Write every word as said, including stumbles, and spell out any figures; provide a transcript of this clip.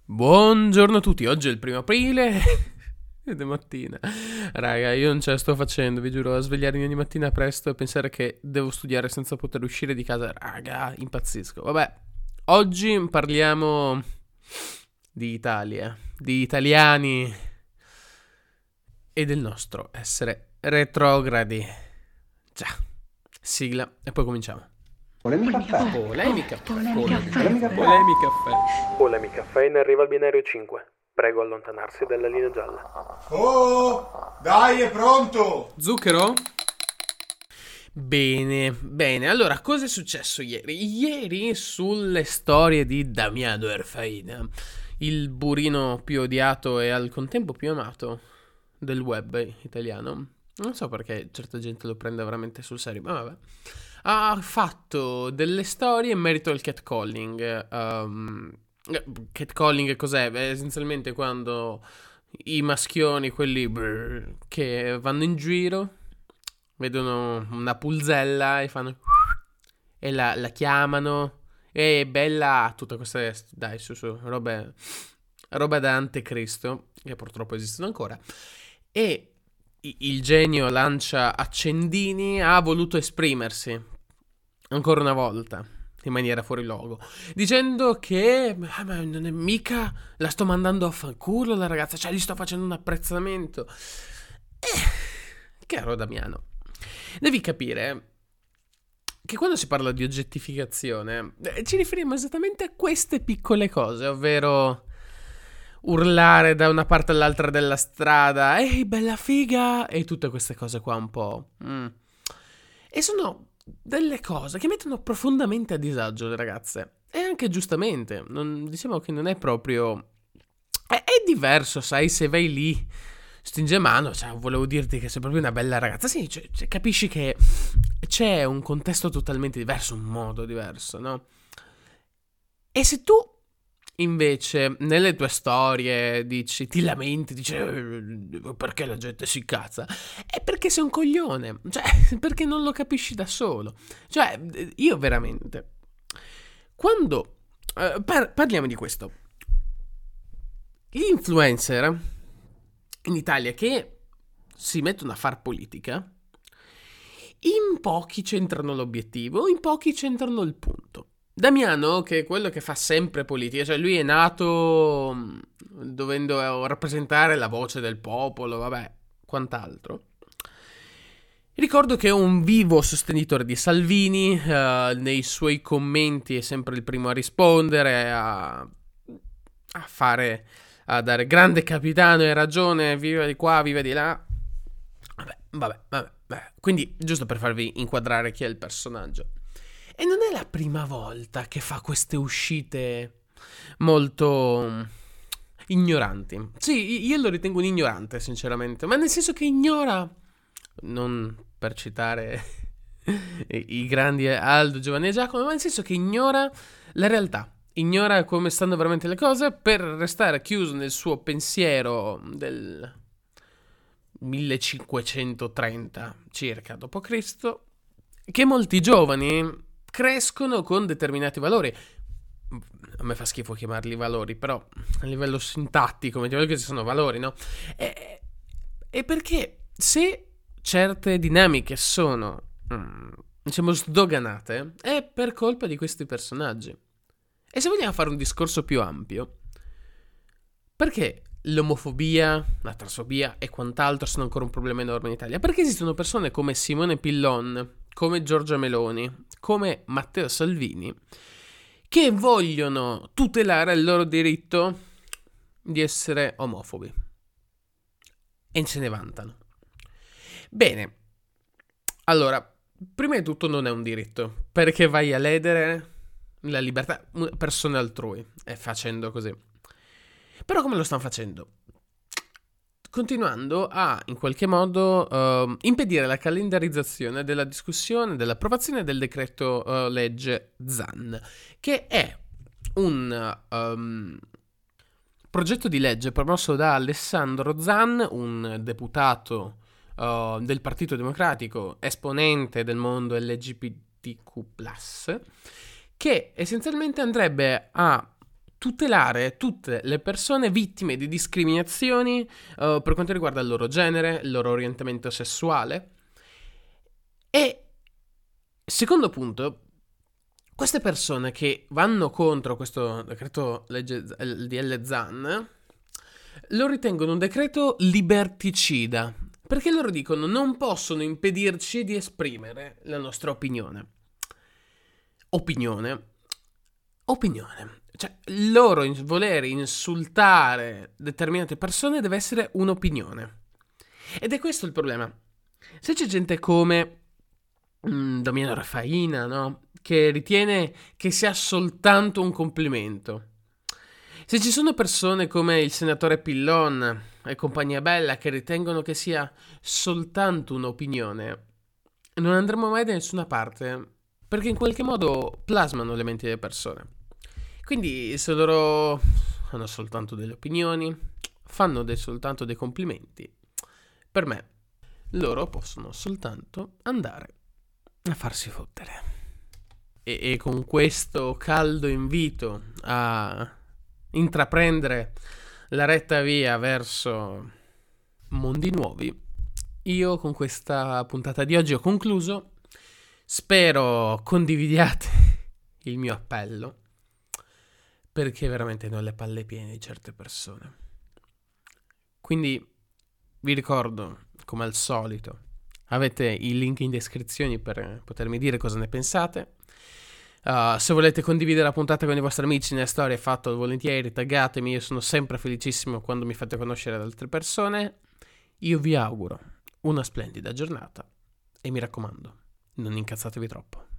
Buongiorno a tutti, oggi è il primo aprile ed è mattina. Raga, io non ce la sto facendo, vi giuro, a svegliarmi ogni mattina presto e pensare che devo studiare senza poter uscire di casa. Raga, impazzisco. Vabbè, oggi parliamo di Italia, di italiani e del nostro essere retrogradi. Già, sigla e poi cominciamo. Polemica caffè. Polemica, Polemica caffè. Polemica caffè. Polemica caffè. Polemica caffè in arriva al binario cinque. Prego allontanarsi dalla linea gialla. Oh, dai, è pronto! Zucchero? Bene, bene. Allora, cosa è successo ieri? Ieri sulle storie di Damiano Erfaina, il burino più odiato e al contempo più amato del web italiano. Non so perché certa gente lo prende veramente sul serio, ma vabbè. Ha fatto delle storie in merito al catcalling. Um, catcalling cos'è? Beh, essenzialmente quando i maschioni, quelli brrr, che vanno in giro, vedono una pulzella e fanno e la, la chiamano. E bella, tutte queste, dai, su su, robe, roba da anticristo, che purtroppo esistono ancora. E il genio lancia accendini, ha voluto esprimersi ancora una volta in maniera fuori luogo, dicendo che ah, ma non è mica la sto mandando a fanculo la ragazza, cioè gli sto facendo un apprezzamento. Eh, caro Damiano, devi capire che quando si parla di oggettificazione eh, ci riferiamo esattamente a queste piccole cose, ovvero urlare da una parte all'altra della strada, ehi bella figa, e tutte queste cose qua un po'. Mm. E sono delle cose che mettono profondamente a disagio le ragazze. E anche giustamente, non, diciamo che non è proprio... È, è diverso, sai, se vai lì, stringe mano, cioè volevo dirti che sei proprio una bella ragazza. Sì, cioè, cioè, capisci che c'è un contesto totalmente diverso, un modo diverso, no? E se tu invece nelle tue storie dici, ti lamenti, dici eh, perché la gente si incazza? È perché sei un coglione, cioè perché non lo capisci da solo. Cioè io veramente quando eh, par- parliamo di questo, gli influencer in Italia che si mettono a far politica, in pochi centrano l'obiettivo, in pochi centrano il punto. Damiano, che è quello che fa sempre politica, cioè lui è nato mh, dovendo rappresentare la voce del popolo, vabbè, quant'altro. Ricordo che è un vivo sostenitore di Salvini, uh, nei suoi commenti è sempre il primo a rispondere, a, a fare, a dare grande capitano, hai ragione, viva di qua, viva di là. Vabbè, vabbè, vabbè, vabbè. Quindi, giusto per farvi inquadrare chi è il personaggio. E non è la prima volta che fa queste uscite molto ignoranti. Sì, io lo ritengo un ignorante, sinceramente. Ma nel senso che ignora, non per citare i grandi Aldo, Giovanni e Giacomo, ma nel senso che ignora la realtà. Ignora come stanno veramente le cose per restare chiuso nel suo pensiero del millecinquecentotrenta circa dopo Cristo, che molti giovani crescono con determinati valori. A me fa schifo chiamarli valori, però a livello sintattico, mettiamo che ci sono valori, no? E, e perché se certe dinamiche sono, mm, diciamo, sdoganate, è per colpa di questi personaggi. E se vogliamo fare un discorso più ampio, perché l'omofobia, la transfobia e quant'altro sono ancora un problema enorme in Italia? Perché esistono persone come Simone Pillon, come Giorgia Meloni, come Matteo Salvini, che vogliono tutelare il loro diritto di essere omofobi. E se ne vantano. Bene, allora, prima di tutto non è un diritto, perché vai a ledere la libertà persone altrui, e facendo così. Però come lo stanno facendo? Continuando a, in qualche modo, uh, impedire la calendarizzazione della discussione, dell'approvazione del decreto uh, legge Zan, che è un um, progetto di legge promosso da Alessandro Zan, un deputato uh, del Partito Democratico, esponente del mondo L G B T Q plus, che essenzialmente andrebbe a tutelare tutte le persone vittime di discriminazioni uh, per quanto riguarda il loro genere, il loro orientamento sessuale. E secondo punto, queste persone che vanno contro questo decreto legge D L Zan lo ritengono un decreto liberticida, perché loro dicono non possono impedirci di esprimere la nostra opinione. Opinione. Opinione. Cioè, loro in voler insultare determinate persone deve essere un'opinione. Ed è questo il problema. Se c'è gente come mm, Damiano Raffaina, no? Che ritiene che sia soltanto un complimento. Se ci sono persone come il senatore Pillon e compagnia bella che ritengono che sia soltanto un'opinione, non andremo mai da nessuna parte, perché in qualche modo plasmano le menti delle persone. Quindi se loro hanno soltanto delle opinioni, fanno dei, soltanto dei complimenti, per me loro possono soltanto andare a farsi fottere. E, e con questo caldo invito a intraprendere la retta via verso mondi nuovi, io con questa puntata di oggi ho concluso. Spero condividiate il mio appello, perché veramente non ho le palle piene di certe persone. Quindi vi ricordo, come al solito, avete i link in descrizione per potermi dire cosa ne pensate. Uh, se volete condividere la puntata con i vostri amici nelle storie, fatto volentieri, taggatemi, io sono sempre felicissimo quando mi fate conoscere ad altre persone. Io vi auguro una splendida giornata e mi raccomando, non incazzatevi troppo.